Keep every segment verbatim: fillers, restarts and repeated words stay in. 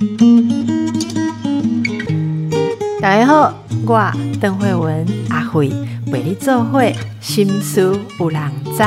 大家好，我邓惠文阿惠陪你做伙心思有人知。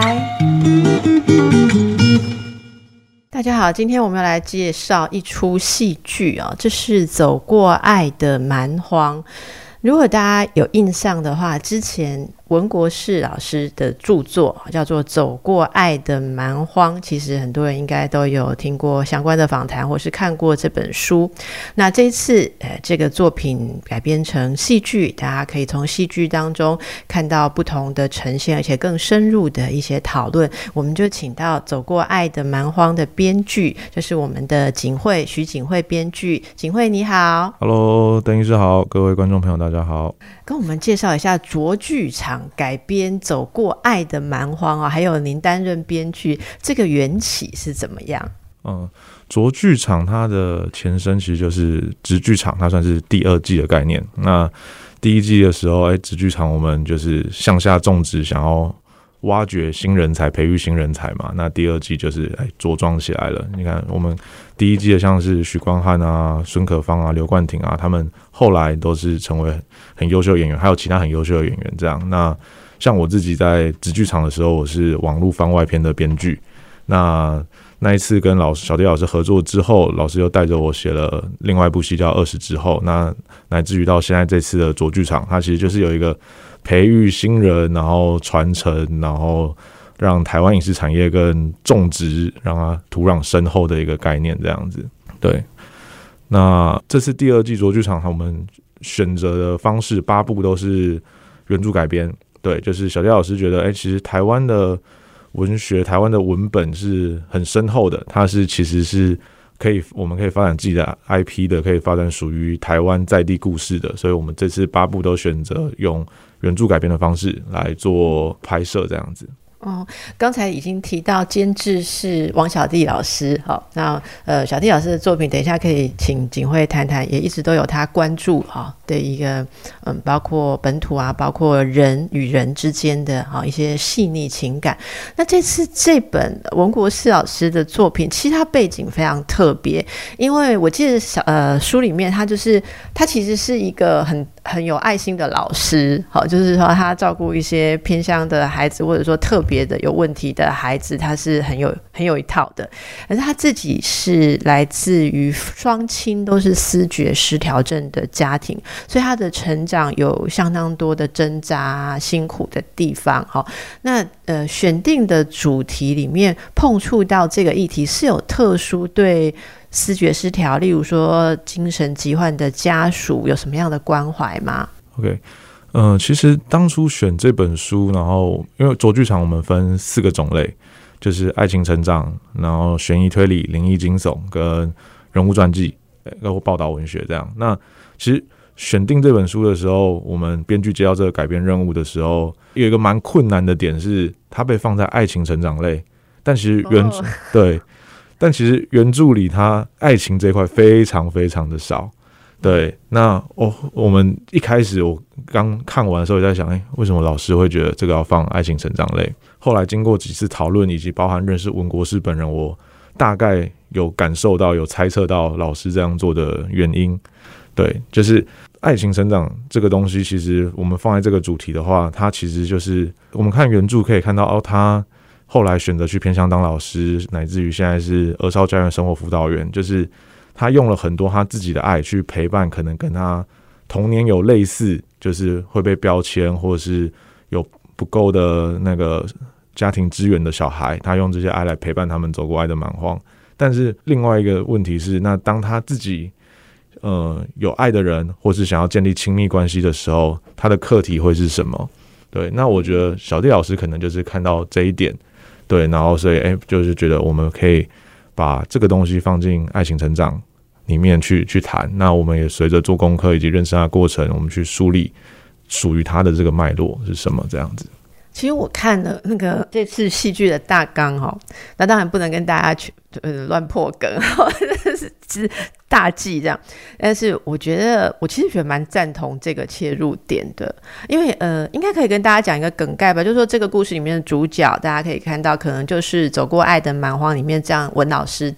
大家好，今天我们要来介绍一出戏剧哦，这是《走过爱的蛮荒》。如果大家有印象的话，之前文国士老师的著作叫做《走过爱的蛮荒》，其实很多人应该都有听过相关的访谈或是看过这本书。那这一次、呃、这个作品改编成戏剧，大家可以从戏剧当中看到不同的呈现，而且更深入的一些讨论。我们就请到《走过爱的蛮荒》的编剧，就是我们的景惠徐景惠编剧。景惠你好。 Hello， 邓医师好，各位观众朋友大家好。 跟我们介绍一下卓剧场改编《走过爱的蛮荒》啊，还有您担任编剧，这个缘起是怎么样？ 嗯，卓剧场它的前身其实就是直剧场，它算是第二季的概念。那第一季的时候，哎，直剧场我们就是向下种植，想要挖掘新人才，培育新人才嘛。那第二季就是哎茁壮起来了。你看，我们第一季的像是许光汉啊、孙可芳啊、刘冠廷啊，他们后来都是成为很优秀的演员，还有其他很优秀的演员。这样，那像我自己在直剧场的时候，我是网络番外篇的编剧。那那一次跟老师小弟老师合作之后，老师又带着我写了另外一部戏叫《二十之后》。那乃至于到现在这次的卓剧场，它其实就是有一个培育新人，然后传承，然后让台湾影视产业更种植，让它土壤深厚的一个概念，这样子。对，那这次第二季卓剧场，我们选择的方式八部都是原著改编。对，就是小弟老师觉得，哎、欸，其实台湾的文学、台湾的文本是很深厚的，它是其实是可以，我们可以发展自己的 I P 的，可以发展属于台湾在地故事的。所以我们这次八部都选择用原著改编的方式来做拍摄，这样子。 哦，刚才已经提到监制是王小弟老师，好，那呃小弟老师的作品，等一下可以请景惠谈谈，也一直都有他关注哈的一个嗯，包括本土啊，包括人与人之间的哈一些细腻情感。那这次这本文国士老师的作品，其实他背景非常特别，因为我记得小呃书里面他就是他其实是一个很很有爱心的老师，好，就是说他照顾一些偏乡的孩子，或者说特别的有问题的孩子，他是很有很有一套的。可是他自己是来自于双亲都是思觉失调症的家庭，所以他的成长有相当多的挣扎、辛苦的地方。好，那呃选定的主题里面碰触到这个议题，是有特殊对思觉失调，例如说精神疾患的家属有什么样的关怀吗？ OK， 呃，其实当初选这本书，然后因为卓剧场我们分四个种类，就是爱情成长，然后悬疑推理、灵异惊悚跟人物传记，包括报道文学这样。那其实选定这本书的时候，我们编剧接到这个改编任务的时候，有一个蛮困难的点是，它被放在爱情成长类，但其实原、oh. 对。但其实原著里它爱情这一块非常非常的少。对，那我我们一开始我刚看完的时候也在想，哎、欸，为什么老师会觉得这个要放爱情成长类？后来经过几次讨论，以及包含认识文国士本人，我大概有感受到、有猜测到老师这样做的原因。对，就是爱情成长这个东西，其实我们放在这个主题的话，它其实就是我们看原著可以看到，哦，他后来选择去偏乡当老师，乃至于现在是儿少家园生活辅导员，就是他用了很多他自己的爱去陪伴可能跟他童年有类似，就是会被标签或者是有不够的那个家庭资源的小孩，他用这些爱来陪伴他们走过爱的蛮荒。但是另外一个问题是，那当他自己呃有爱的人或是想要建立亲密关系的时候，他的课题会是什么？对，那我觉得小弟老师可能就是看到这一点，对，然后所以哎、欸，就是觉得我们可以把这个东西放进爱情成长里面去去谈。那我们也随着做功课以及认识他的过程，我们去梳理属于他的这个脉络是什么，这样子。 其实我看了那个这次戏剧的大纲哦，那当然不能跟大家去呃乱破梗，是大忌这样。但是我觉得我其实觉得蛮赞同这个切入点的，因为呃，应该可以跟大家讲一个梗概吧，就是说这个故事里面的主角，大家可以看到可能就是走过爱的蛮荒里面这样文老师的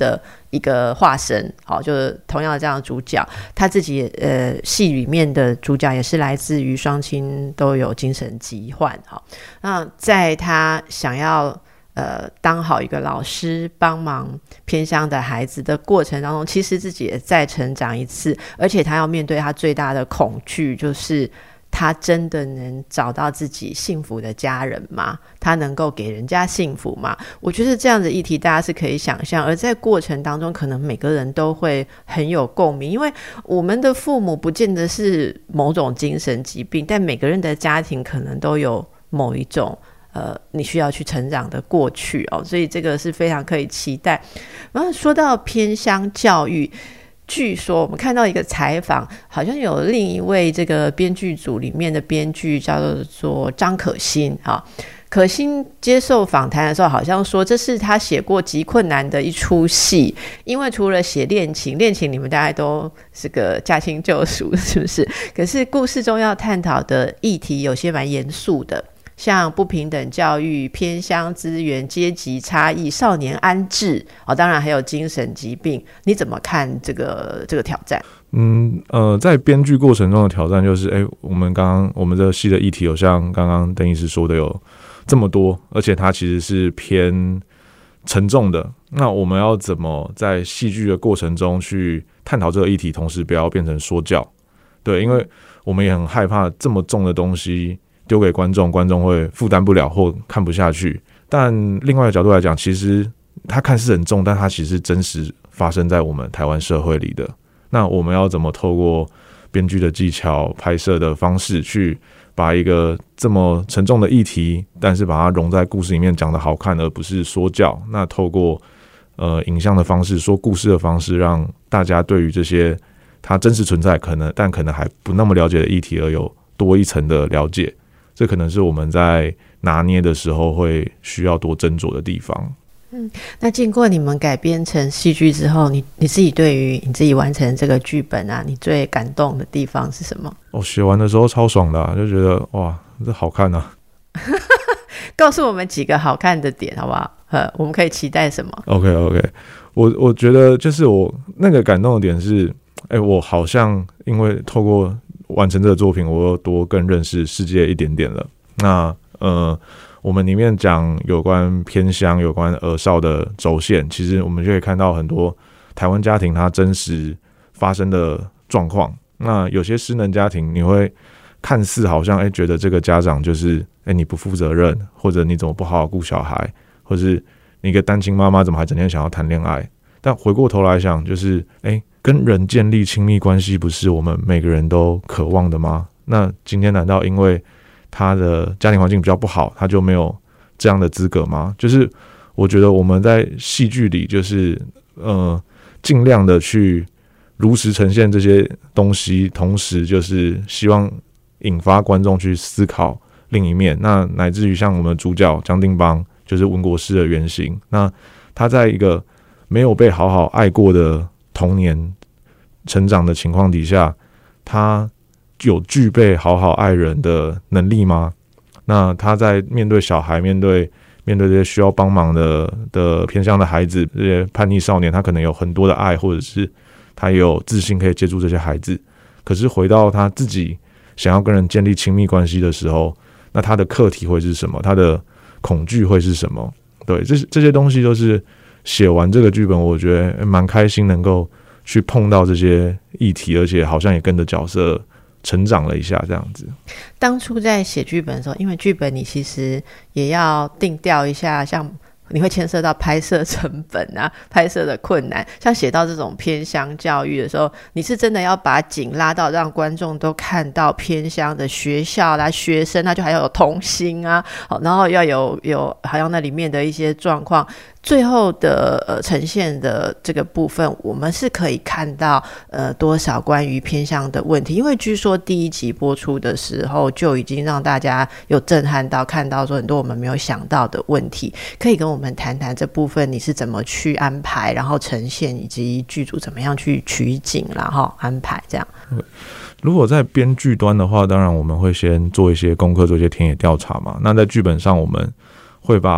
一个化身，好，就是同样的这样的主角，他自己呃戏里面的主角也是来自于双亲都有精神疾患，好，那在他想要呃当好一个老师，帮忙偏乡的孩子的过程当中，其实自己也再成长一次，而且他要面对他最大的恐惧，就是他真的能找到自己幸福的家人吗？他能够给人家幸福吗？我觉得这样的议题大家是可以想象，而在过程当中可能每个人都会很有共鸣，因为我们的父母不见得是某种精神疾病，但每个人的家庭可能都有某一种呃，你需要去成长的过去哦，所以这个是非常可以期待。然后说到偏乡教育，据说我们看到一个采访，好像有另一位这个编剧组里面的编剧叫做张可欣啊。可欣接受访谈的时候好像说，这是他写过极困难的一出戏，因为除了写恋情，恋情你们大概都是个驾轻就熟，是不是？可是故事中要探讨的议题有些蛮严肃的，像不平等教育、偏乡资源、阶级差异、少年安置、哦、当然还有精神疾病，你怎么看这个这个挑战？ 嗯呃，在编剧过程中的挑战就是，哎，我们刚刚我们的戏的议题有像刚刚邓医师说的有这么多，而且它其实是偏沉重的。那我们要怎么在戏剧的过程中去探讨这个议题，同时不要变成说教？对，因为我们也很害怕这么重的东西丢给观众，观众会负担不了或看不下去。但另外一个角度来讲，其实它看似很重，但它其实真实发生在我们台湾社会里的。那我们要怎么透过编剧的技巧、拍摄的方式，去把一个这么沉重的议题，但是把它融在故事里面讲得好看，而不是说教？那透过呃影像的方式、说故事的方式，让大家对于这些它真实存在可能但可能还不那么了解的议题，而有多一层的了解。这可能是我们在拿捏的时候会需要多斟酌的地方。 嗯，那经过你们改编成戏剧之后，你你自己对于你自己完成这个剧本啊，你最感动的地方是什么？ 我、哦、写完的时候超爽的、啊，就觉得哇，这好看啊！ 告诉我们几个好看的点好不好？呃，我们可以期待什么 ？OK OK， 我我觉得就是我那个感动的点是，哎，我好像因为透过完成这个作品，我又多更认识世界一点点了。那呃。我们里面讲有关偏乡、有关儿少的轴线，其实我们就可以看到很多台湾家庭它真实发生的状况。那有些失能家庭，你会看似好像哎觉得这个家长就是哎你不负责任，或者你怎么不好好顾小孩，或是你一个单亲妈妈怎么还整天想要谈恋爱？但回过头来想，就是哎跟人建立亲密关系，不是我们每个人都渴望的吗？那今天难道因为他的家庭环境比较不好，他就没有这样的资格吗？就是我觉得我们在戏剧里，就是呃尽量的去如实呈现这些东西，同时就是希望引发观众去思考另一面。那乃至于像我们的主角江定邦，就是文国师的原型，那他在一个没有被好好爱过的童年成长的情况底下，他有具备好好爱人的能力吗？那他在面对小孩、面对面对这些需要帮忙的的偏乡的孩子、这些叛逆少年，他可能有很多的爱，或者是他有自信可以接住这些孩子。可是回到他自己想要跟人建立亲密关系的时候，那他的课题会是什么？他的恐惧会是什么？对，这这些东西都是写完这个剧本，我觉得蛮开心，能够去碰到这些议题，而且好像也跟着角色成长了一下这样子。 当初在写剧本的时候，因为剧本你其实也要定调一下，像你会牵涉到拍摄成本啊，拍摄的困难，像写到这种偏乡教育的时候，你是真的要把景拉到让观众都看到偏乡的学校啦、学生，那就还要有童心啊，然后要有有好像那里面的一些状况，最后的呃呈现的这个部分，我们是可以看到呃多少关于偏乡的问题，因为据说第一集播出的时候就已经让大家有震撼到，看到说很多我们没有想到的问题，可以跟我们谈谈这部分你是怎么去安排，然后呈现，以及剧组怎么样去取景然后安排这样。 如果在编剧端的话，当然我们会先做一些功课，做一些田野调查嘛。那在剧本上，我们会把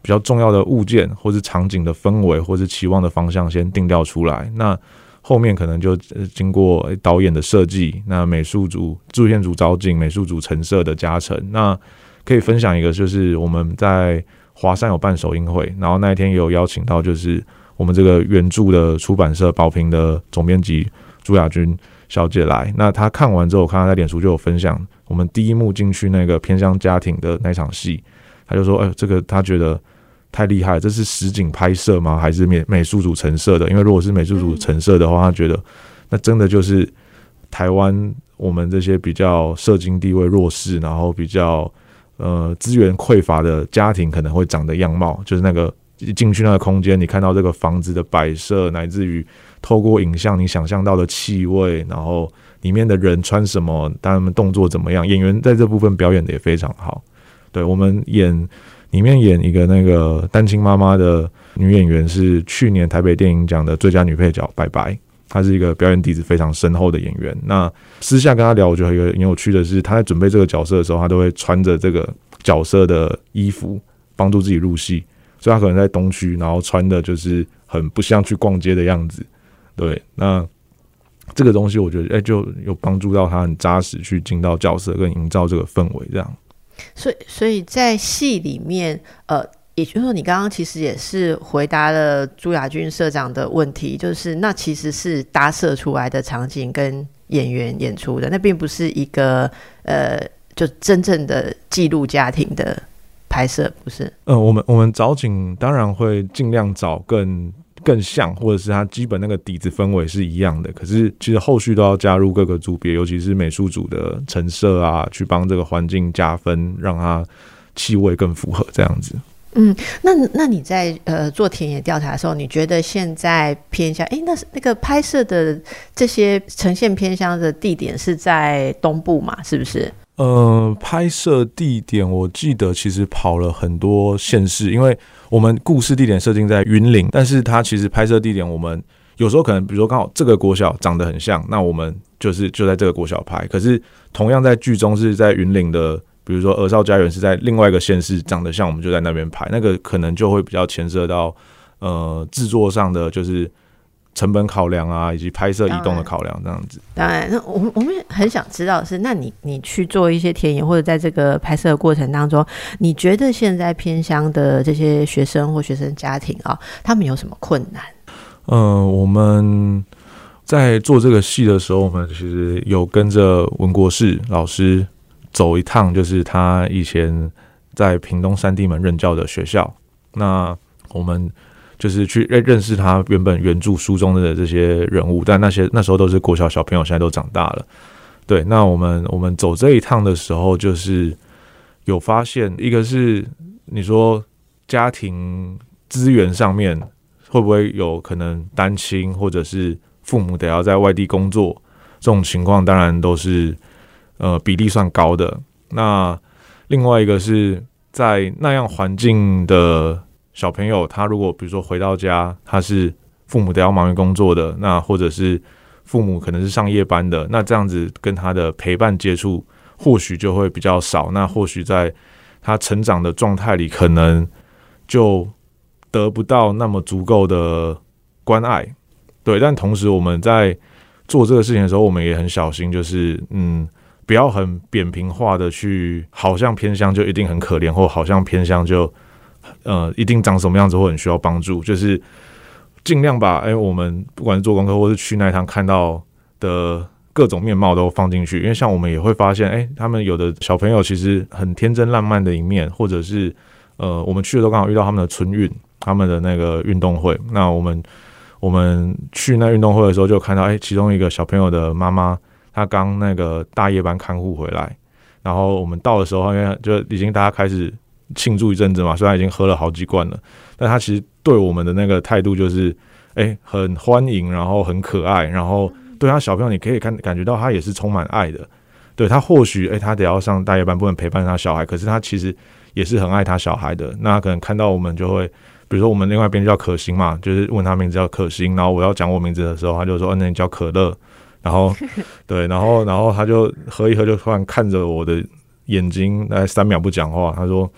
比较重要的物件或是场景的氛围或是期望的方向先定调出来，那后面可能就经过导演的设计，那美术组、制片组找景、美术组陈设的加成。那可以分享一个，就是我们在华山有办首映会，然后那一天也有邀请到就是我们这个原著的出版社宝瓶的总编辑朱雅君小姐来，那她看完之后，我看她在脸书就有分享我们第一幕进去那个偏乡家庭的那场戏，她就说：“哎、欸，这个她觉得太厉害了，这是实景拍摄吗？还是美美术组陈设的？因为如果是美术组陈设的话，她觉得那真的就是台湾我们这些比较社经地位弱势，然后比较呃资源匮乏的家庭可能会长的样貌，就是那个进去那个空间，你看到这个房子的摆设，乃至于透过影像你想象到的气味，然后里面的人穿什么，他们动作怎么样，演员在这部分表演的也非常好。对，我们演里面演一个那个单亲妈妈的女演员，是去年台北电影奖的最佳女配角白白，她是一个表演底子非常深厚的演员。那私下跟她聊，我觉得有一个很有趣的是，她在准备这个角色的时候，她都会穿着这个角色的衣服帮助自己入戏，所以她可能在东区，然后穿的就是很不像去逛街的样子。对，那这个东西我觉得，哎、欸，就有帮助到他很扎实去进到角色跟营造这个氛围，这样。 所以，所以在戏里面，呃，也就是说，你刚刚其实也是回答了朱雅君社长的问题，就是那其实是搭设出来的场景跟演员演出的，那并不是一个呃，就真正的记录家庭的拍摄，不是？ 嗯，我们我们找景当然会尽量找更。更像，或者是它基本那个底子氛围是一样的，可是其实后续都要加入各个组别，尤其是美术组的陈设啊，去帮这个环境加分，让它气味更符合这样子。 嗯，那那你在呃做田野调查的时候，你觉得现在偏乡，哎，那那个拍摄的这些呈现偏乡的地点是在东部嘛？是不是？ 呃，拍摄地点我记得其实跑了很多县市，因为我们故事地点设定在云林，但是它其实拍摄地点我们有时候可能比如说刚好这个国小长得很像，那我们就是就在这个国小拍，可是同样在剧中是在云林的，比如说儿少家园是在另外一个县市长得像，我们就在那边拍，那个可能就会比较牵涉到呃制作上的就是成本考量啊，以及拍摄移动的考量，这样子。 当然，那我们我们很想知道的是，那你你去做一些田野，或者在这个拍摄的过程当中，你觉得现在偏乡的这些学生或学生家庭啊，他们有什么困难？ 嗯、呃，我们在做这个戏的时候，我们其实有跟着文国士老师走一趟，就是他以前在屏东三地门任教的学校。那我们就是去认识他原本原著书中的这些人物，但那些那时候都是国小小朋友，现在都长大了。对，那我们我们走这一趟的时候，就是有发现，一个是你说家庭资源上面会不会有可能单亲，或者是父母得要在外地工作，这种情况当然都是呃比例算高的。那另外一个是在那样环境的小朋友，他如果比如说回到家，他是父母得要忙于工作的，那或者是父母可能是上夜班的，那这样子跟他的陪伴接触或许就会比较少，那或许在他成长的状态里可能就得不到那么足够的关爱。对，但同时我们在做这个事情的时候，我们也很小心，就是嗯不要很扁平化的去好像偏乡就一定很可怜，或好像偏乡就呃，一定长什么样子或很需要帮助，就是尽量把哎、欸，我们不管是做功课或是去那一趟看到的各种面貌都放进去，因为像我们也会发现，哎、欸，他们有的小朋友其实很天真烂漫的一面，或者是呃，我们去的时候刚好遇到他们的春运，他们的那个运动会，那我们我们去那运动会的时候就看到，哎、欸，其中一个小朋友的妈妈，她刚那个大夜班看护回来，然后我们到的时候，因为就已经大家开始庆祝一阵子嘛，虽然已经喝了好几罐了，但他其实对我们的那个态度就是，哎、欸，很欢迎，然后很可爱，然后对他小朋友，你可以看感觉到他也是充满爱的。对他或许，哎、欸，他得要上大夜班，不能陪伴他小孩，可是他其实也是很爱他小孩的。那他可能看到我们就会，比如说我们另外一边叫可心嘛，就是问他名字叫可心，然后我要讲我名字的时候，他就说，嗯、啊，那你叫可乐，然后对，然后然后他就喝一喝，就突然看着我的眼睛，大概三秒不讲话，他说。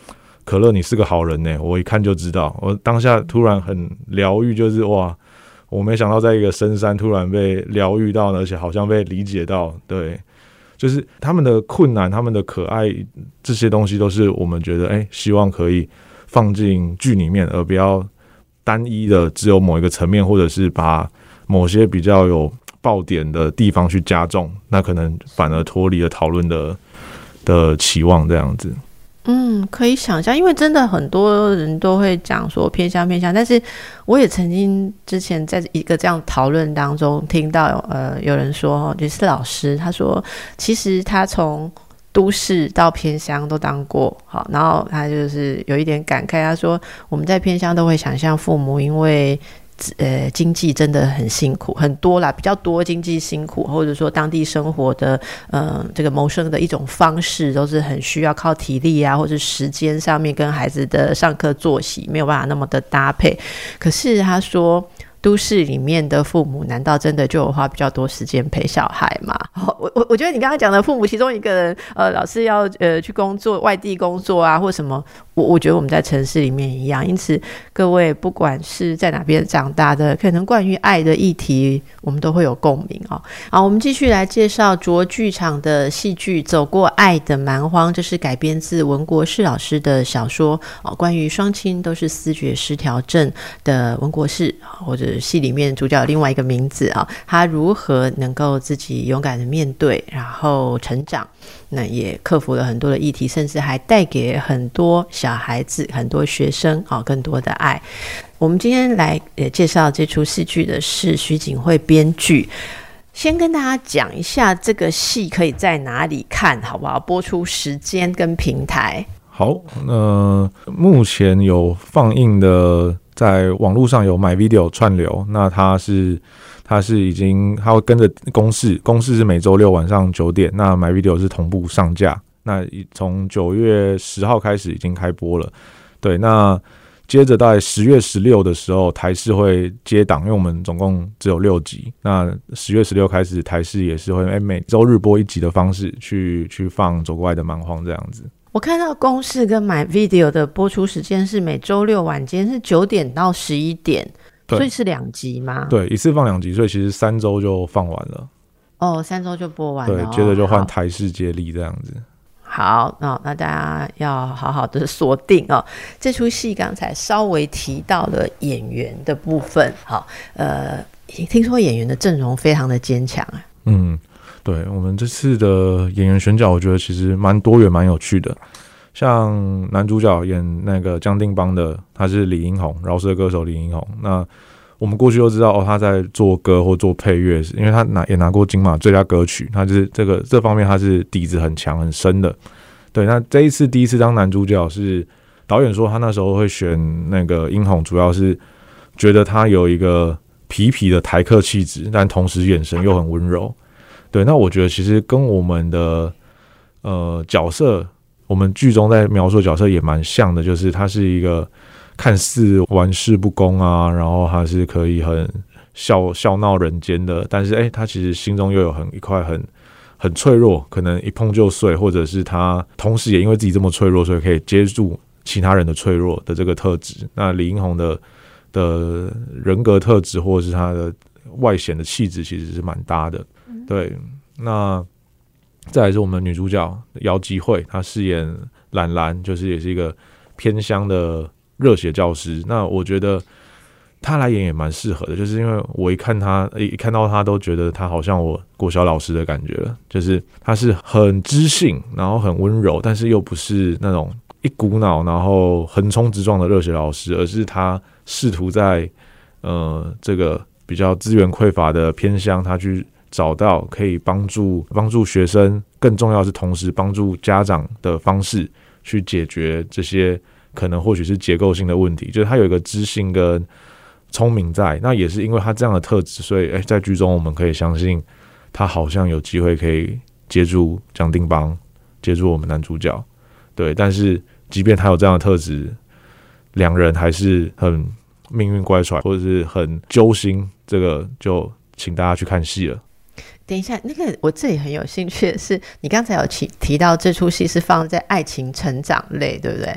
可乐你是个好人呢，我一看就知道。我当下突然很疗愈，就是哇，我没想到在一个深山突然被疗愈到，而且好像被理解到。对，就是他们的困难，他们的可爱，这些东西都是我们觉得哎、欸，希望可以放进剧里面，而不要单一的只有某一个层面，或者是把某些比较有爆点的地方去加重，那可能反而脱离了讨论的的期望这样子。 嗯，可以想象，因为真的很多人都会讲说偏乡偏乡，但是我也曾经之前在一个这样讨论当中听到，呃，有人说就是老师，他说其实他从都市到偏乡都当过，好，然后他就是有一点感慨，他说我们在偏乡都会想象父母因为呃，经济真的很辛苦，很多啦，比较多经济辛苦，或者说当地生活的呃这个谋生的一种方式，都是很需要靠体力啊，或者时间上面跟孩子的上课作息没有办法那么的搭配。可是他说，都市里面的父母难道真的就有花比较多时间陪小孩吗？我我我觉得你刚刚讲的父母其中一个人，呃，老师要呃去工作，外地工作啊，或什么，我我觉得我们在城市里面一样。因此，各位不管是在哪边长大的，可能关于爱的议题，我们都会有共鸣哦。好，我们继续来介绍卓剧场的戏剧《走过爱的蛮荒》，这是改编自文国士老师的小说哦，关于双亲都是思觉失调症的文国士，或者戏里面主角有另外一个名字啊，他如何能够自己勇敢的面对，然后成长，那也克服了很多的议题，甚至还带给很多小孩子、很多学生啊更多的爱。我们今天来介绍这出戏剧的是徐锦慧编剧。先跟大家讲一下这个戏可以在哪里看，好不好？播出时间跟平台。 好，呃，目前有放映的，在网络上有 MyVideo 串流，那它是它是已经它会跟着公视，公视是每周六晚上九点，那 MyVideo 是同步上架。那从九月十号开始已经开播了，对，那接着在十月十六的时候，台视会接档，因为我们总共只有六集，那十月十六开始，台视也是会每周日播一集的方式去去放《走过爱的蛮荒》这样子。 我看到公视跟 MyVideo 的播出时间是每周六晚间是九点到十一点，所以是两集吗？ 对，一次放两集，所以其实三周就放完了。 哦，三周就播完了。 对，接着就换台视接力这样子。 好，哦，那大家要好好的锁定哦。这出戏刚才稍微提到了演员的部分，好，呃，听说演员的阵容非常的坚强啊。嗯。 对，我们这次的演员选角，我觉得其实蛮多元、蛮有趣的。像男主角演那个江定邦的，他是李英宏，饶舌歌手李英宏。那我们过去都知道哦，他在做歌或做配乐，因为他拿也拿过金马最佳歌曲，他就是这个这方面他是底子很强、很深的。对，那这一次第一次当男主角是导演说他那时候会选那个英宏，主要是觉得他有一个痞痞的台客气质，但同时眼神又很温柔。对，那我觉得其实跟我们的呃角色，我们剧中在描述的角色也蛮像的，就是他是一个看似玩世不恭啊，然后他是可以很笑笑闹人间的，但是哎，他其实心中又有很一块很很脆弱，可能一碰就碎，或者是他同时也因为自己这么脆弱，所以可以接住其他人的脆弱的这个特质。那李英宏的的人格特质或者是他的外显的气质，其实是蛮搭的。对，那再来是我们女主角姚吉慧，她饰演兰兰，就是也是一个偏乡的热血教师。那我觉得她来演也蛮适合的，就是因为我一看她，一看到她都觉得她好像我国小老师的感觉了，就是她是很知性，然后很温柔，但是又不是那种一股脑然后横冲直撞的热血老师，而是她试图在呃这个比较资源匮乏的偏乡，她去找到可以帮助帮助学生，更重要的是同时帮助家长的方式去解决这些可能或许是结构性的问题，就是他有一个知性跟聪明在，那也是因为他这样的特质，所以、欸、在剧中我们可以相信他好像有机会可以接住江定邦，接住我们男主角。对，但是即便他有这样的特质，两人还是很命运乖舛，或者是很揪心，这个就请大家去看戏了。 等一下，那个我这里很有兴趣的是，你刚才有提提到这出戏是放在爱情成长类，对不对？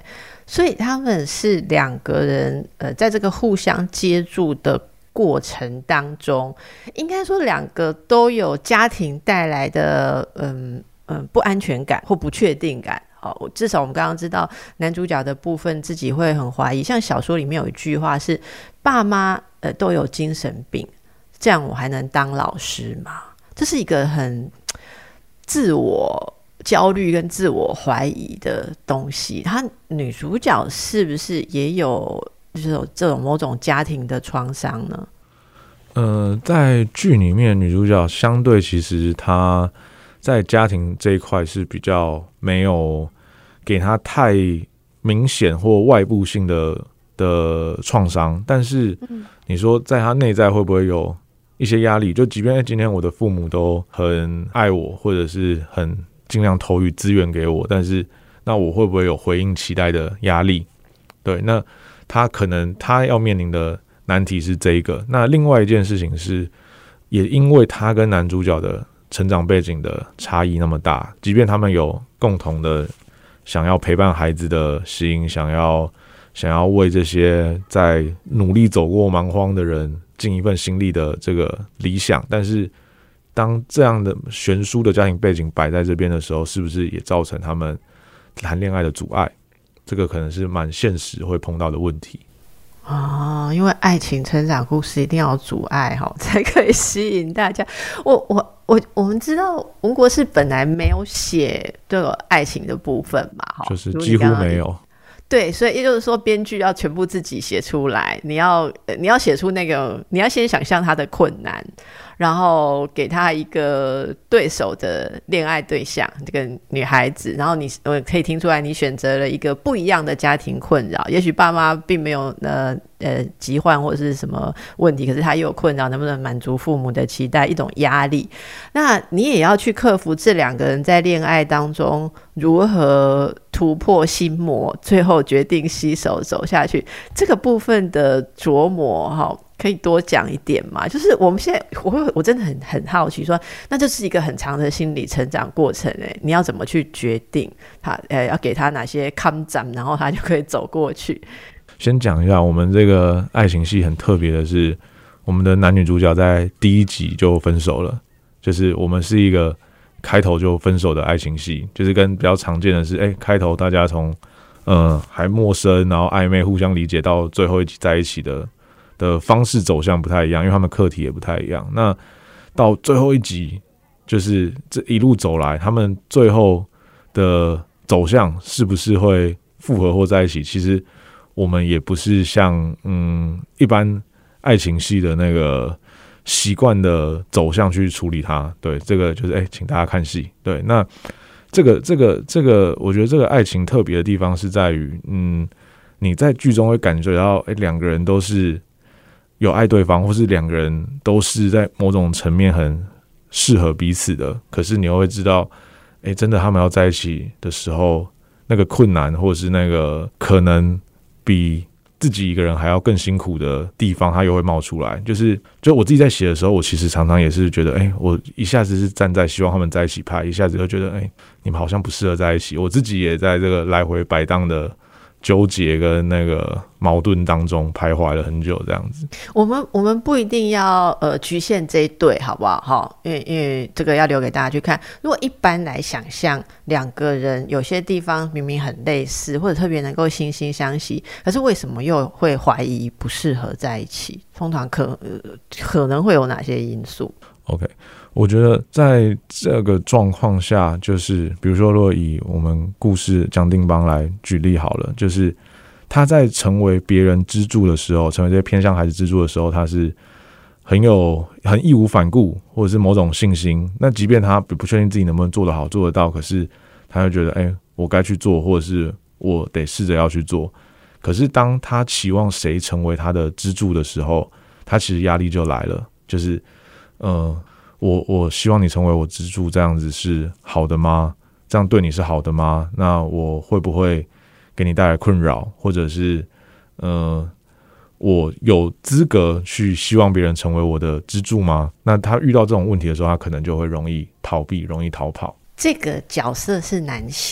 所以他们是两个人，呃，在这个互相接住的过程当中，应该说两个都有家庭带来的，嗯嗯，不安全感或不确定感。哦，至少我们刚刚知道男主角的部分自己会很怀疑，像小说里面有一句话是爸妈呃都有精神病，这样我还能当老师吗？这是一个很自我焦虑跟自我怀疑的东西。他女主角是不是也有就是有这种某种家庭的创伤呢？ 呃，在剧里面女主角相对其实她在家庭这一块是比较没有给她太明显或外部性的的创伤，但是你说在她内在会不会有一些压力？就即便今天我的父母都很爱我，或者是很尽量投予资源给我，但是那我会不会有回应期待的压力？对，那她可能她要面临的难题是这一个。那另外一件事情是，也因为她跟男主角的成长背景的差异那么大，即便他们有共同的想要陪伴孩子的心，想要想要为这些在努力走过蛮荒的人尽一份心力的这个理想，但是当这样的悬殊的家庭背景摆在这边的时候，是不是也造成他们谈恋爱的阻碍？这个可能是蛮现实会碰到的问题。 哦，因为爱情成长故事一定要有阻碍才可以吸引大家。我我我我们知道文国是本来没有写这个爱情的部分嘛， 就是几乎没有。 对，所以也就是说编剧要全部自己写出来，你要你要写出那个，你要先想象他的困难，然后给他一个对手的恋爱对象，这个女孩子，然后你我可以听出来你选择了一个不一样的家庭困扰，也许爸妈并没有呃呃疾患或者是什么问题，可是他又有困扰，能不能满足父母的期待，一种压力。那你也要去克服这两个人在恋爱当中如何突破心魔，最后决定携手走下去，这个部分的琢磨可以多讲一点吗？就是我们现在我会我真的很很好奇说，那就是一个很长的心理成长过程，你要怎么去决定他、呃、要给他哪些抗战，然后他就可以走过去。 先讲一下我们这个爱情戏很特别的是，我们的男女主角在第一集就分手了，就是我们是一个开头就分手的爱情戏，就是跟比较常见的是，哎、欸，开头大家从呃还陌生，然后暧昧互相理解，到最后一集在一起的的方式走向不太一样，因为他们课题也不太一样。那到最后一集，就是这一路走来，他们最后的走向是不是会复合或在一起？其实我们也不是像嗯一般爱情戏的那个习惯的走向去处理它。对，这个就是哎、欸，请大家看戏。对，那这个这个这个，我觉得这个爱情特别的地方是在于，嗯，你在剧中会感觉到，哎、欸，两个人都是有爱对方，或是两个人都是在某种层面很适合彼此的。可是你又会知道，哎、欸，真的他们要在一起的时候，那个困难，或者是那个可能比自己一个人还要更辛苦的地方，他又会冒出来。就是就我自己在写的时候，我其实常常也是觉得，哎、欸，我一下子是站在希望他们在一起派，一下子又觉得，哎、欸，你们好像不适合在一起。我自己也在这个来回摆荡的纠结跟那个矛盾当中徘徊了很久，这样子。 我们我们不一定要呃局限这一对，好不好？因为因为这个要留给大家去看。如果一般来想象，两个人有些地方明明很类似，或者特别能够惺惺相惜，可是为什么又会怀疑不适合在一起？通常可、呃、可能会有哪些因素 ？OK。我觉得在这个状况下，就是比如说，如果以我们故事蒋定邦来举例好了，就是他在成为别人支柱的时候，成为这些偏向孩子支柱的时候，他是很有很义无反顾，或者是某种信心。那即便他不确定自己能不能做得好、做得到，可是他会觉得，哎、欸，我该去做，或者是我得试着要去做。可是当他期望谁成为他的支柱的时候，他其实压力就来了，就是呃。我我希望你成为我支柱，这样子是好的吗？这样对你是好的吗？那我会不会给你带来困扰？或者是呃，我有资格去希望别人成为我的支柱吗？那他遇到这种问题的时候，他可能就会容易逃避，容易逃跑。 这个角色是男性，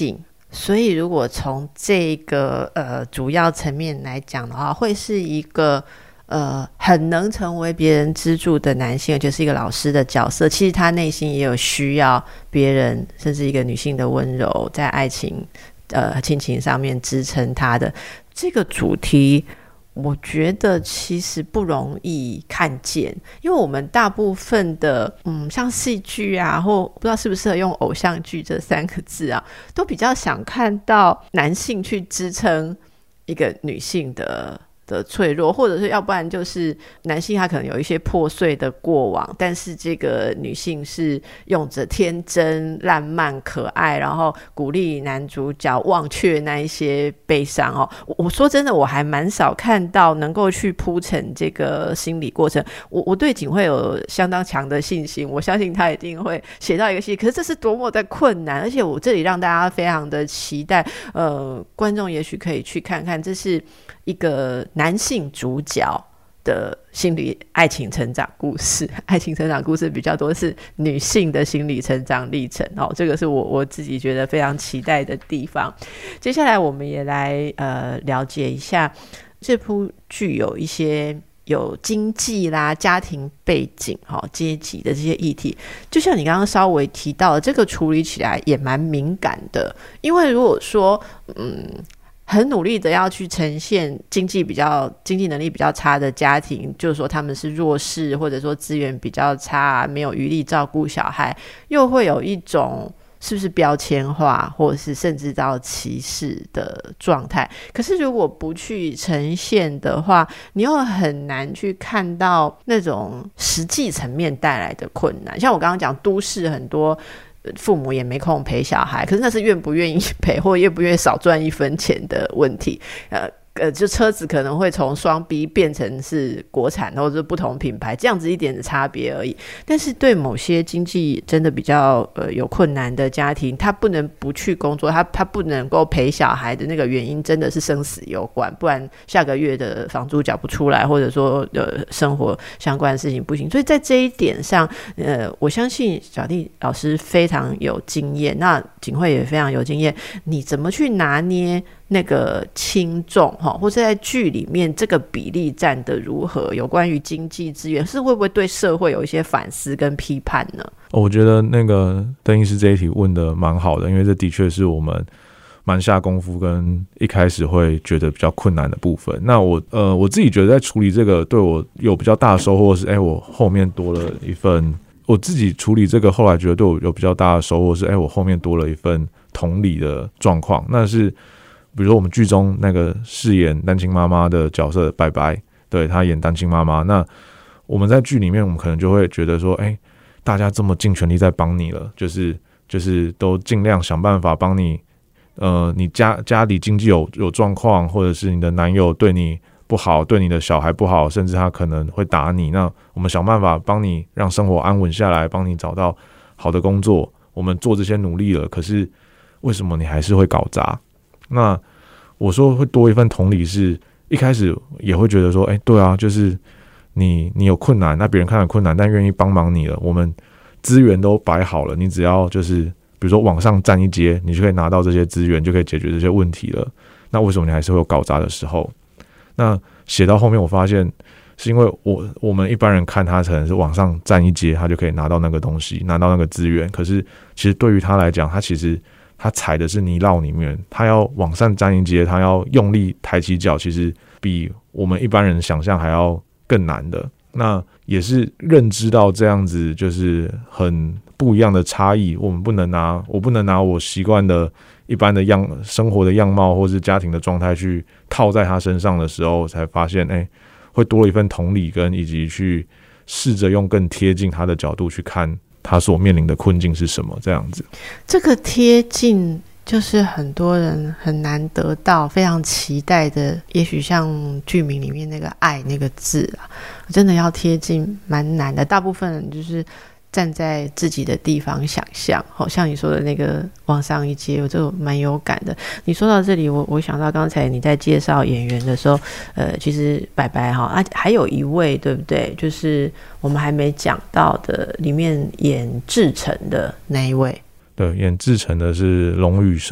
所以如果从这个呃主要层面来讲的话，会是一个呃很能成为别人支柱的男性，就是一个老师的角色。其实他内心也有需要别人，甚至一个女性的温柔，在爱情呃亲情上面支撑他的这个主题。我觉得其实不容易看见，因为我们大部分的嗯，像戏剧啊，或不知道适不适合用偶像剧这三个字啊，都比较想看到男性去支撑一个女性的的脆弱，或者是要不然就是男性他可能有一些破碎的过往，但是这个女性是用着天真烂漫可爱，然后鼓励男主角忘却那一些悲伤哦。我说真的，我还蛮少看到能够去铺陈这个心理过程。我我对景惠有相当强的信心，我相信他一定会写到一个戏，可是这是多么的困难，而且我这里让大家非常的期待，呃，观众也许可以去看看，这是一个男性主角的心理爱情成长故事，爱情成长故事比较多是女性的心理成长历程哦，这个是我我自己觉得非常期待的地方。接下来我们也来呃了解一下这部剧有一些有经济啦、家庭背景、哦、阶级的这些议题，就像你刚刚稍微提到的，这个处理起来也蛮敏感的，因为如果说嗯。很努力的要去呈现经济比较经济能力比较差的家庭，就是说他们是弱势，或者说资源比较差，没有余力照顾小孩，又会有一种是不是标签化，或者是甚至到歧视的状态。可是如果不去呈现的话，你又很难去看到那种实际层面带来的困难。像我刚刚讲都市很多父母也没空陪小孩，可是那是愿不愿意陪，或愿不愿意少赚一分钱的问题。呃呃，就车子可能会从双 B 变成是国产或者是不同品牌，这样子一点的差别而已。但是对某些经济真的比较呃有困难的家庭，他不能不去工作，他他不能够陪小孩的那个原因真的是生死攸关，不然下个月的房租缴不出来，或者说呃生活相关的事情不行。所以在这一点上，呃，我相信小弟老师非常有经验，那景惠也非常有经验，你怎么去拿捏那个轻重，或者在剧里面这个比例占得如何？有关于经济资源，是会不会对社会有一些反思跟批判呢？ 我觉得那个邓医师这一题问的蛮好的，因为这的确是我们蛮下功夫跟一开始会觉得比较困难的部分。那我呃我自己觉得在处理这个对我有比较大的收获是，哎，我后面多了一份，我自己处理这个后来觉得对我有比较大的收获是，哎，我后面多了一份同理的状况，那是。比如说我们剧中那个饰演单亲妈妈的角色白白，对，她演单亲妈妈，那我们在剧里面我们可能就会觉得说，哎，大家这么尽全力在帮你了，就是就是都尽量想办法帮你，呃，你家家里经济有有状况，或者是你的男友对你不好，对你的小孩不好，甚至他可能会打你，那我们想办法帮你让生活安稳下来，帮你找到好的工作，我们做这些努力了，可是为什么你还是会搞砸？那我说会多一份同理，是一开始也会觉得说，哎，对啊，就是你你有困难，那别人看到困难，但愿意帮忙你了，我们资源都摆好了，你只要就是比如说往上站一阶，你就可以拿到这些资源，就可以解决这些问题了。那为什么你还是会有搞砸的时候？那写到后面，我发现是因为我我们一般人看他可能是往上站一阶，他就可以拿到那个东西，拿到那个资源，可是其实对于他来讲，他其实他踩的是泥淖里面，他要往上站一阶，他要用力抬起脚，其实比我们一般人想象还要更难的。那也是认知到这样子就是很不一样的差异，我们不能拿我不能拿我习惯的一般的样生活的样貌或是家庭的状态去套在他身上的时候，才发现哎、欸，会多了一份同理跟以及去试着用更贴近他的角度去看他所面临的困境是什么，这样子。 这个贴近就是很多人很难得到，非常期待的，也许像剧名里面那个爱那个字啊，真的要贴近蛮难的。大部分人就是站在自己的地方想象，好像你说的那个往上一阶，我就蛮有感的。你说到这里，我我想到刚才你在介绍演员的时候，呃，其实白白哈啊，还有一位对不对？就是我们还没讲到的，里面演志成的那一位。 对，演志成的是龙宇生，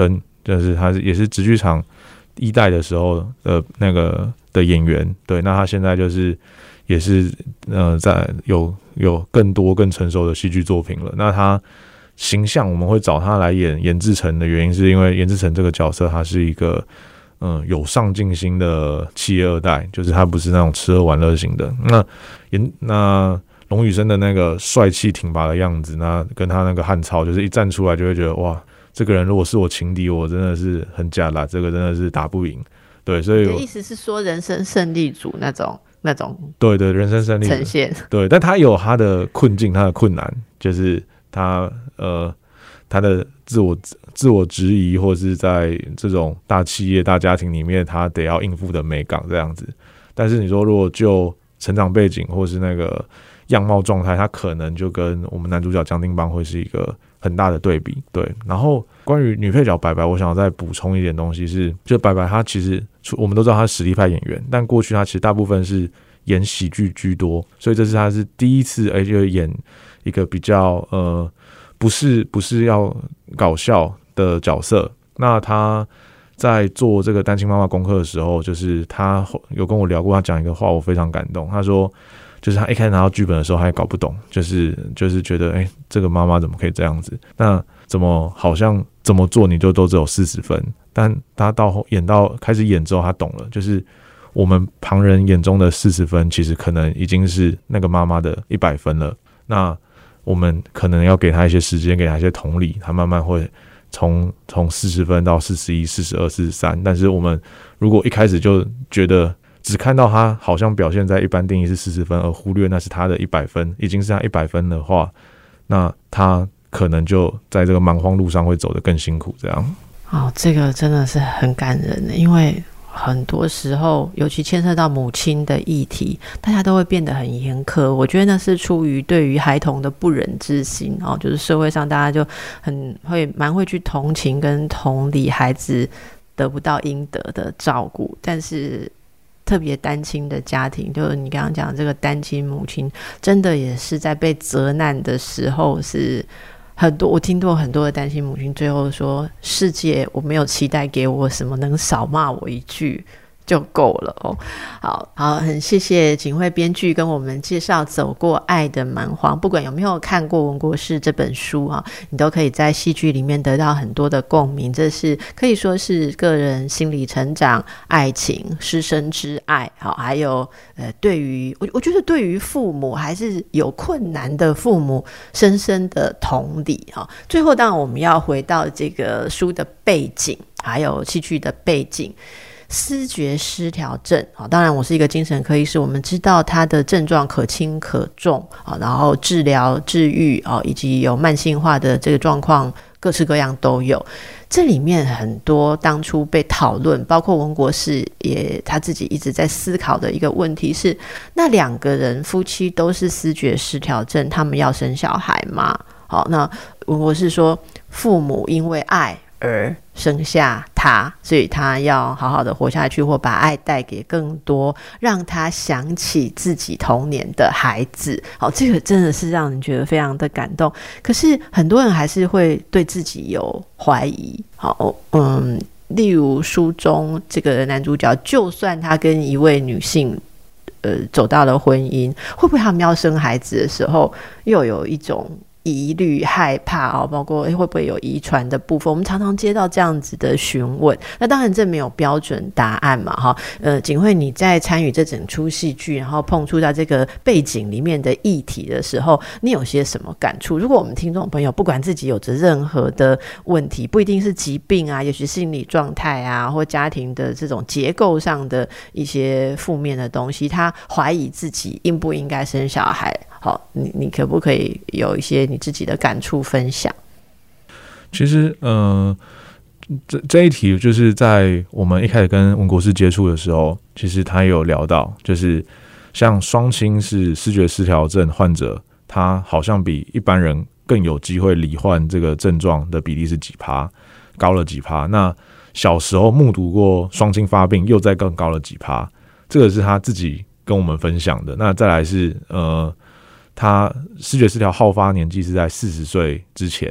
就是他也是直剧场一代的时候的那个的演员，对，那他现在就是也是呃在有有更多更成熟的戏剧作品了。那他形象我们会找他来演严志成的原因，是因为严志成这个角色他是一个嗯有上进心的企业二代，就是他不是那种吃喝玩乐型的。那严那龙宇生的那个帅气挺拔的样子，那跟他那个汉操，就是一站出来就会觉得哇，这个人如果是我情敌，我真的是很假啦，这个真的是打不赢。对，所以你的意思是说人生胜利组那种那种对对人生胜利呈现， 对，但他有他的困境，他的困难，就是他呃他的自我自我质疑，或是在这种大企业大家庭里面，他得要应付的美感这样子。但是你说如果就成长背景或是那个样貌状态，他可能就跟我们男主角江定邦会是一个很大的对比。对，然后关于女配角白白，我想要再补充一点东西是，就白白她其实我们都知道她是实力派演员，但过去她其实大部分是演喜剧居多，所以这是她是第一次哎、欸、就演一个比较呃不是不是要搞笑的角色。那她在做这个单亲妈妈功课的时候，就是她有跟我聊过，她讲一个话我非常感动，她说。就是他一开始拿到剧本的时候，他也搞不懂，就是就是觉得，哎、欸，这个妈妈怎么可以这样子？那怎么好像怎么做你就都只有四十分？但他到演到开始演之后，他懂了，就是我们旁人眼中的四十分，其实可能已经是那个妈妈的一百分了。那我们可能要给他一些时间，给他一些同理，他慢慢会从从四十分到四十一、四十二、四十三。但是我们如果一开始就觉得只看到他好像表现在一般定义是四十分，而忽略那是他的一百分，已经是他一百分的话，那他可能就在这个蛮荒路上会走得更辛苦。这样， 哦，这个真的是很感人的，因为很多时候，尤其牵涉到母亲的议题，大家都会变得很严苛。我觉得那是出于对于孩童的不忍之心哦，就是社会上大家就很会蛮会去同情跟同理孩子得不到应得的照顾，但是。特别单亲的家庭，就是你刚刚讲的这个单亲母亲，真的也是在被责难的时候，是很多我听过很多的单亲母亲，最后说：“世界，我没有期待给我什么，能少骂我一句就够了哦。”好好，很谢谢景惠编剧跟我们介绍《走过爱的蛮荒》，不管有没有看过文国士这本书啊，你都可以在戏剧里面得到很多的共鸣。这是可以说是个人心理成长、爱情、师生之爱，好，还有呃，对于我我觉得对于父母还是有困难的父母，深深的同理哈。最后，当然我们要回到这个书的背景，还有戏剧的背景。思觉失调症，当然我是一个精神科医师，我们知道它的症状可轻可重，然后治疗治愈以及有慢性化的这个状况各式各样都有。这里面很多当初被讨论，包括文国士也他自己一直在思考的一个问题是，那两个人夫妻都是思觉失调症，他们要生小孩吗？好，那文国士说父母因为爱而生下他，所以他要好好的活下去，或把爱带给更多，让他想起自己童年的孩子。好，这个真的是让人觉得非常的感动。可是很多人还是会对自己有怀疑。好，嗯，例如书中这个男主角，就算他跟一位女性呃走到了婚姻，会不会他们要生孩子的时候，又有一种疑虑害怕哦，包括会不会有遗传的部分，我们常常接到这样子的询问。那当然这没有标准答案嘛，哈。呃，景惠你在参与这整出戏剧，然后碰触到这个背景里面的议题的时候，你有些什么感触？如果我们听众朋友不管自己有着任何的问题，不一定是疾病啊，也许心理状态啊，或家庭的这种结构上的一些负面的东西，他怀疑自己应不应该生小孩。好，你你可不可以有一些你自己的感触分享？ 其实，呃，这这一题就是在我们一开始跟文国士接触的时候，其实他有聊到，就是像双亲是思觉失调症患者，他好像比一般人更有机会罹患这个症状的比例是几趴，高了几趴。那小时候目睹过双亲发病，又再更高了几趴，这个是他自己跟我们分享的。那再来是呃。他思觉失调好发年纪是在四十岁之前，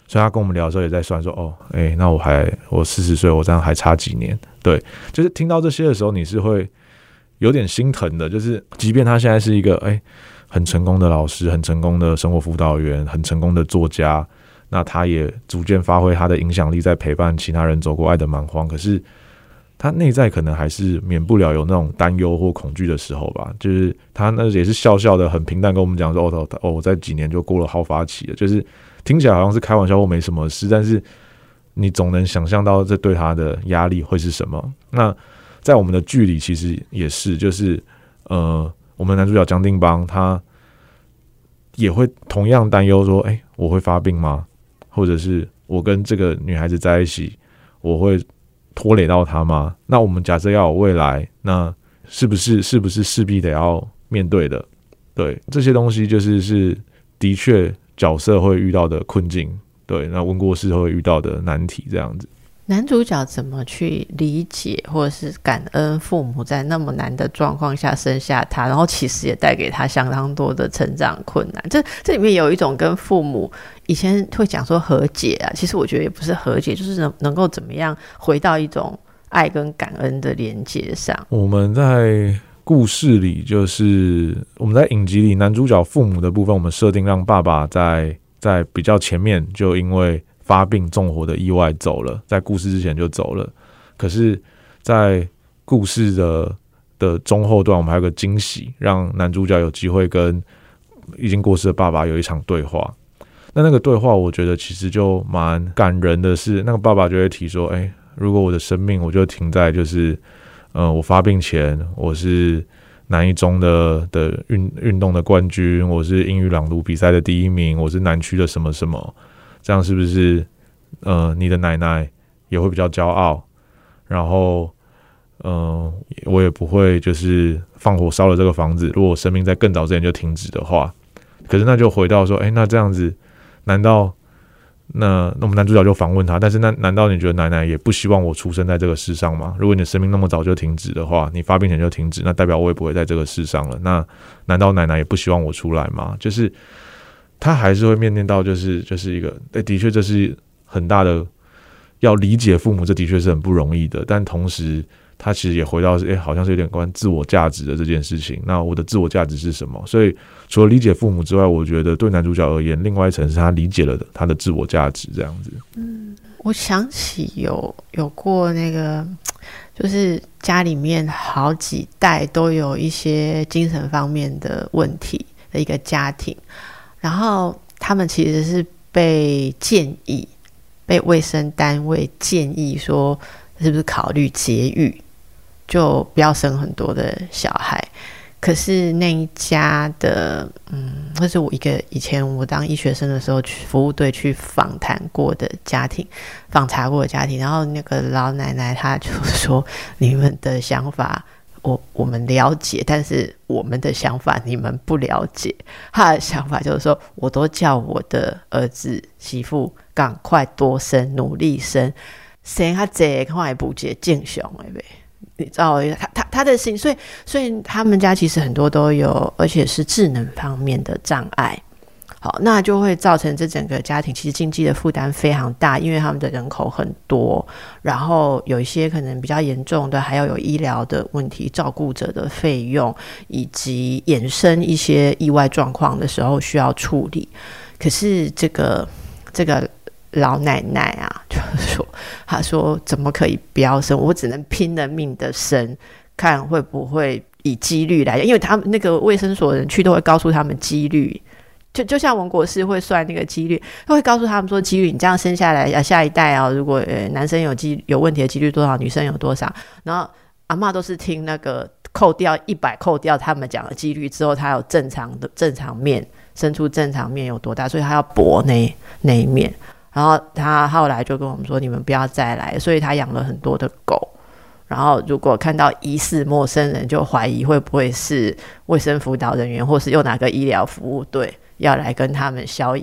所以他跟我们聊的时候也在算说，哦，哎、欸，那我还我四十岁，我这样还差几年？对，就是听到这些的时候，你是会有点心疼的。就是即便他现在是一个哎、欸、很成功的老师，很成功的生活辅导员，很成功的作家，那他也逐渐发挥他的影响力，在陪伴其他人走过爱的蛮荒。可是他内在可能还是免不了有那种担忧或恐惧的时候吧。就是他那也是笑笑的，很平淡跟我们讲说，哦，哦，我在几年就过了好发期了，就是。听起来好像是开玩笑或没什么事，但是你总能想象到这对他的压力会是什么。那在我们的剧里其实也是，就是呃，我们男主角江定邦他也会同样担忧说，哎、欸，我会发病吗？或者是我跟这个女孩子在一起，我会拖累到她吗？那我们假设要有未来，那是不是是不是势必得要面对的？对，这些东西就是是的确。角色会遇到的困境，对，那温国士会遇到的难题，这样子。 男主角怎么去理解或者是感恩父母在那么难的状况下生下他，然后其实也带给他相当多的成长困难。这这里面有一种跟父母以前会讲说和解啊，其实我觉得也不是和解，就是能能够怎么样回到一种爱跟感恩的连接上。 我们在故事里，就是我们在影集里男主角父母的部分，我们设定让爸爸在在比较前面就因为发病纵火的意外走了，在故事之前就走了。可是在故事的的中后段，我们还有个惊喜，让男主角有机会跟已经过世的爸爸有一场对话。那那个对话我觉得其实就蛮感人的是，那个爸爸就会提说，哎、欸，如果我的生命我就停在就是呃，我发病前，我是南一中的的运运动的冠军，我是英语朗读比赛的第一名，我是南区的什么什么，这样是不是呃，你的奶奶也会比较骄傲？然后，呃，我也不会就是放火烧了这个房子。如果我生命在更早之前就停止的话，可是那就回到说，哎、欸，那这样子，难道？那那我们男主角就反问他，但是那难道你觉得奶奶也不希望我出生在这个世上吗？如果你的生命那么早就停止的话，你发病前就停止，那代表我也不会在这个世上了。那难道奶奶也不希望我出来吗？就是他还是会面临到，就是就是一个，欸、的确这是很大的要理解父母，这的确是很不容易的。但同时，他其实也回到是，哎、欸，好像是有点关自我价值的这件事情。那我的自我价值是什么？所以除了理解父母之外，我觉得对男主角而言，另外一层是他理解了他的自我价值，这样子。 嗯，我想起有有过那个，就是家里面好几代都有一些精神方面的问题的一个家庭，然后他们其实是被建议，被卫生单位建议说，是不是考虑节育？就不要生很多的小孩。可是那一家的，嗯，那是我一个以前我当医学生的时候去服务队去访谈过的家庭，访查过的家庭，然后那个老奶奶她就说：“你们的想法我我们了解，但是我们的想法你们不了解。”她的想法就是说，我都叫我的儿子媳妇赶快多生，努力生，生较济，看会补节正常的呗。你知道他他他的心，所以所以他们家其实很多都有，而且是智能方面的障碍。好，那就会造成这整个家庭其实经济的负担非常大，因为他们的人口很多，然后有一些可能比较严重的，还要有医疗的问题、照顾者的费用，以及衍生一些意外状况的时候需要处理。可是这个这个。老奶奶啊，就是说，她说怎么可以不要生？我只能拼了命的生，看会不会以几率来，因为他们那个卫生所的人去都会告诉他们几率，就就像文国士会算那个几率，他会告诉他们说几率，你这样生下来，啊、下一代啊，如果、呃、男生有几有问题的几率多少，女生有多少，然后阿嬷都是听那个扣掉一百，扣掉他们讲的几率之后，他有正常的正常面，生出正常面有多大，所以他要搏那那一面。然后他后来就跟我们说，你们不要再来，所以他养了很多的狗。然后如果看到疑似陌生人，就怀疑会不会是卫生辅导人员，或是有哪个医疗服务队要来跟他们消弭，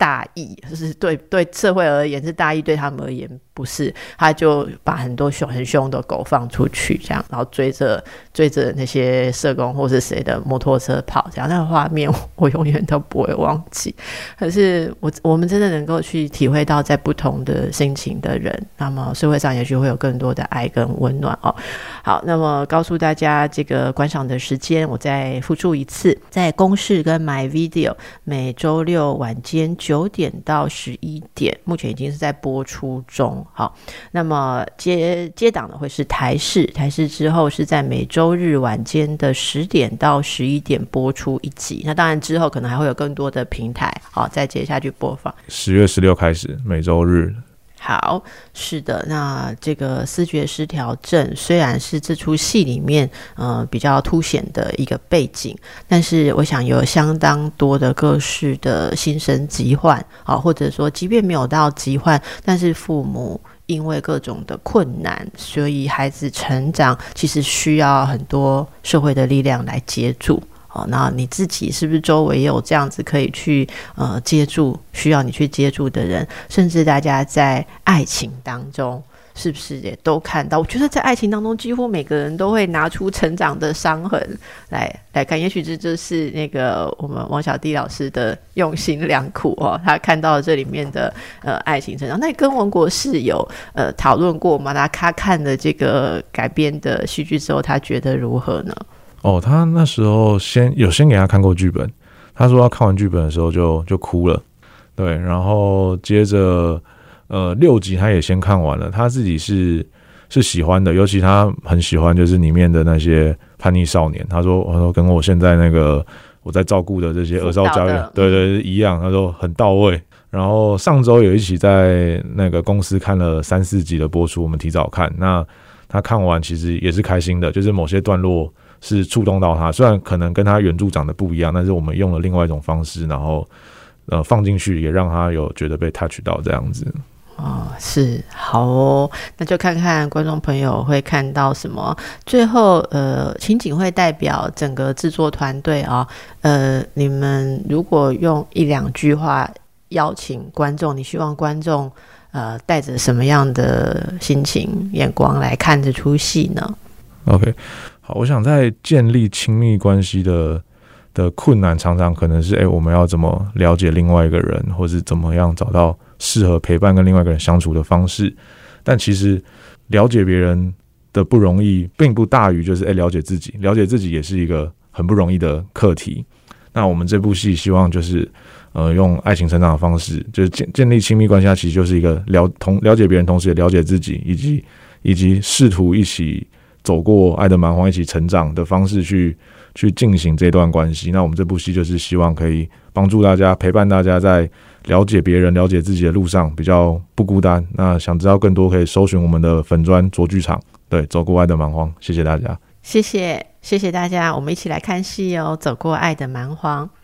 大义，就是对对社会而言是大义，对他们而言不是，他就把很多凶很凶的狗放出去，这样，然后追着追着那些社工或是谁的摩托车跑，这样那个画面我永远都不会忘记。可是我我们真的能够去体会到，在不同的心情的人，那么社会上也许会有更多的爱跟温暖哦。好，那么告诉大家这个观赏的时间，我再复述一次，在公视跟 MyVideo 每周六晚间九点到十一点，目前已经是在播出中。好，那么接接档的会是台视，台视之后是在每周日晚间的十点到十一点播出一集。那当然之后可能还会有更多的平台，好，再接下去播放。 十月十六开始，每周日。 好，是的，那这个思觉失调症虽然是这出戏里面呃比较凸显的一个背景，但是我想有相当多的各式的心身疾患啊，或者说即便没有到疾患，但是父母因为各种的困难，所以孩子成长其实需要很多社会的力量来接住。哦，那你自己是不是周围也有这样子可以去呃接住需要你去接住的人？甚至大家在爱情当中是不是也都看到？我觉得在爱情当中，几乎每个人都会拿出成长的伤痕来来看。也许这就是那个我们王小弟老师的用心良苦哦，他看到了这里面的呃爱情成长。那你跟文国士有呃讨论过吗？他看了这个改编的戏剧之后，他觉得如何呢？ 哦，他那时候先有先给他看过剧本，他说他看完剧本的时候就就哭了，对，然后接着呃六集他也先看完了，他自己是是喜欢的，尤其他很喜欢就是里面的那些叛逆少年，他说他说跟我现在那个我在照顾的这些儿少教育，对对一样，他说很到位。然后上周有一起在那个公司看了三四集的播出，我们提早看，那他看完其实也是开心的，就是某些段落是触动到他，虽然可能跟他原著长得不一样，但是我们用了另外一种方式，然后呃放进去，也让他有觉得被 touch 到这样子。 哦，是，好哦，那就看看观众朋友会看到什么。最后，呃，秦景会代表整个制作团队啊，呃，你们如果用一两句话邀请观众，你希望观众呃带着什么样的心情、眼光来看这出戏呢 ？OK。好，我想在建立亲密关系的的困难，常常可能是，哎，我们要怎么了解另外一个人，或是怎么样找到适合陪伴跟另外一个人相处的方式。但其实了解别人的不容易，并不大于就是哎了解自己，了解自己也是一个很不容易的课题。那我们这部戏希望就是呃用爱情成长的方式，就是建建立亲密关系，它其实就是一个了同了解别人，同时也了解自己，以及以及试图一起走过爱的蛮荒一起成长的方式去去进行这段关系。那我们这部戏就是希望可以帮助大家，陪伴大家在了解别人了解自己的路上比较不孤单。那想知道更多可以搜寻我们的粉专卓剧场，对，走过爱的蛮荒。谢谢大家， 谢谢谢谢大家，我们一起来看戏哦，走过爱的蛮荒。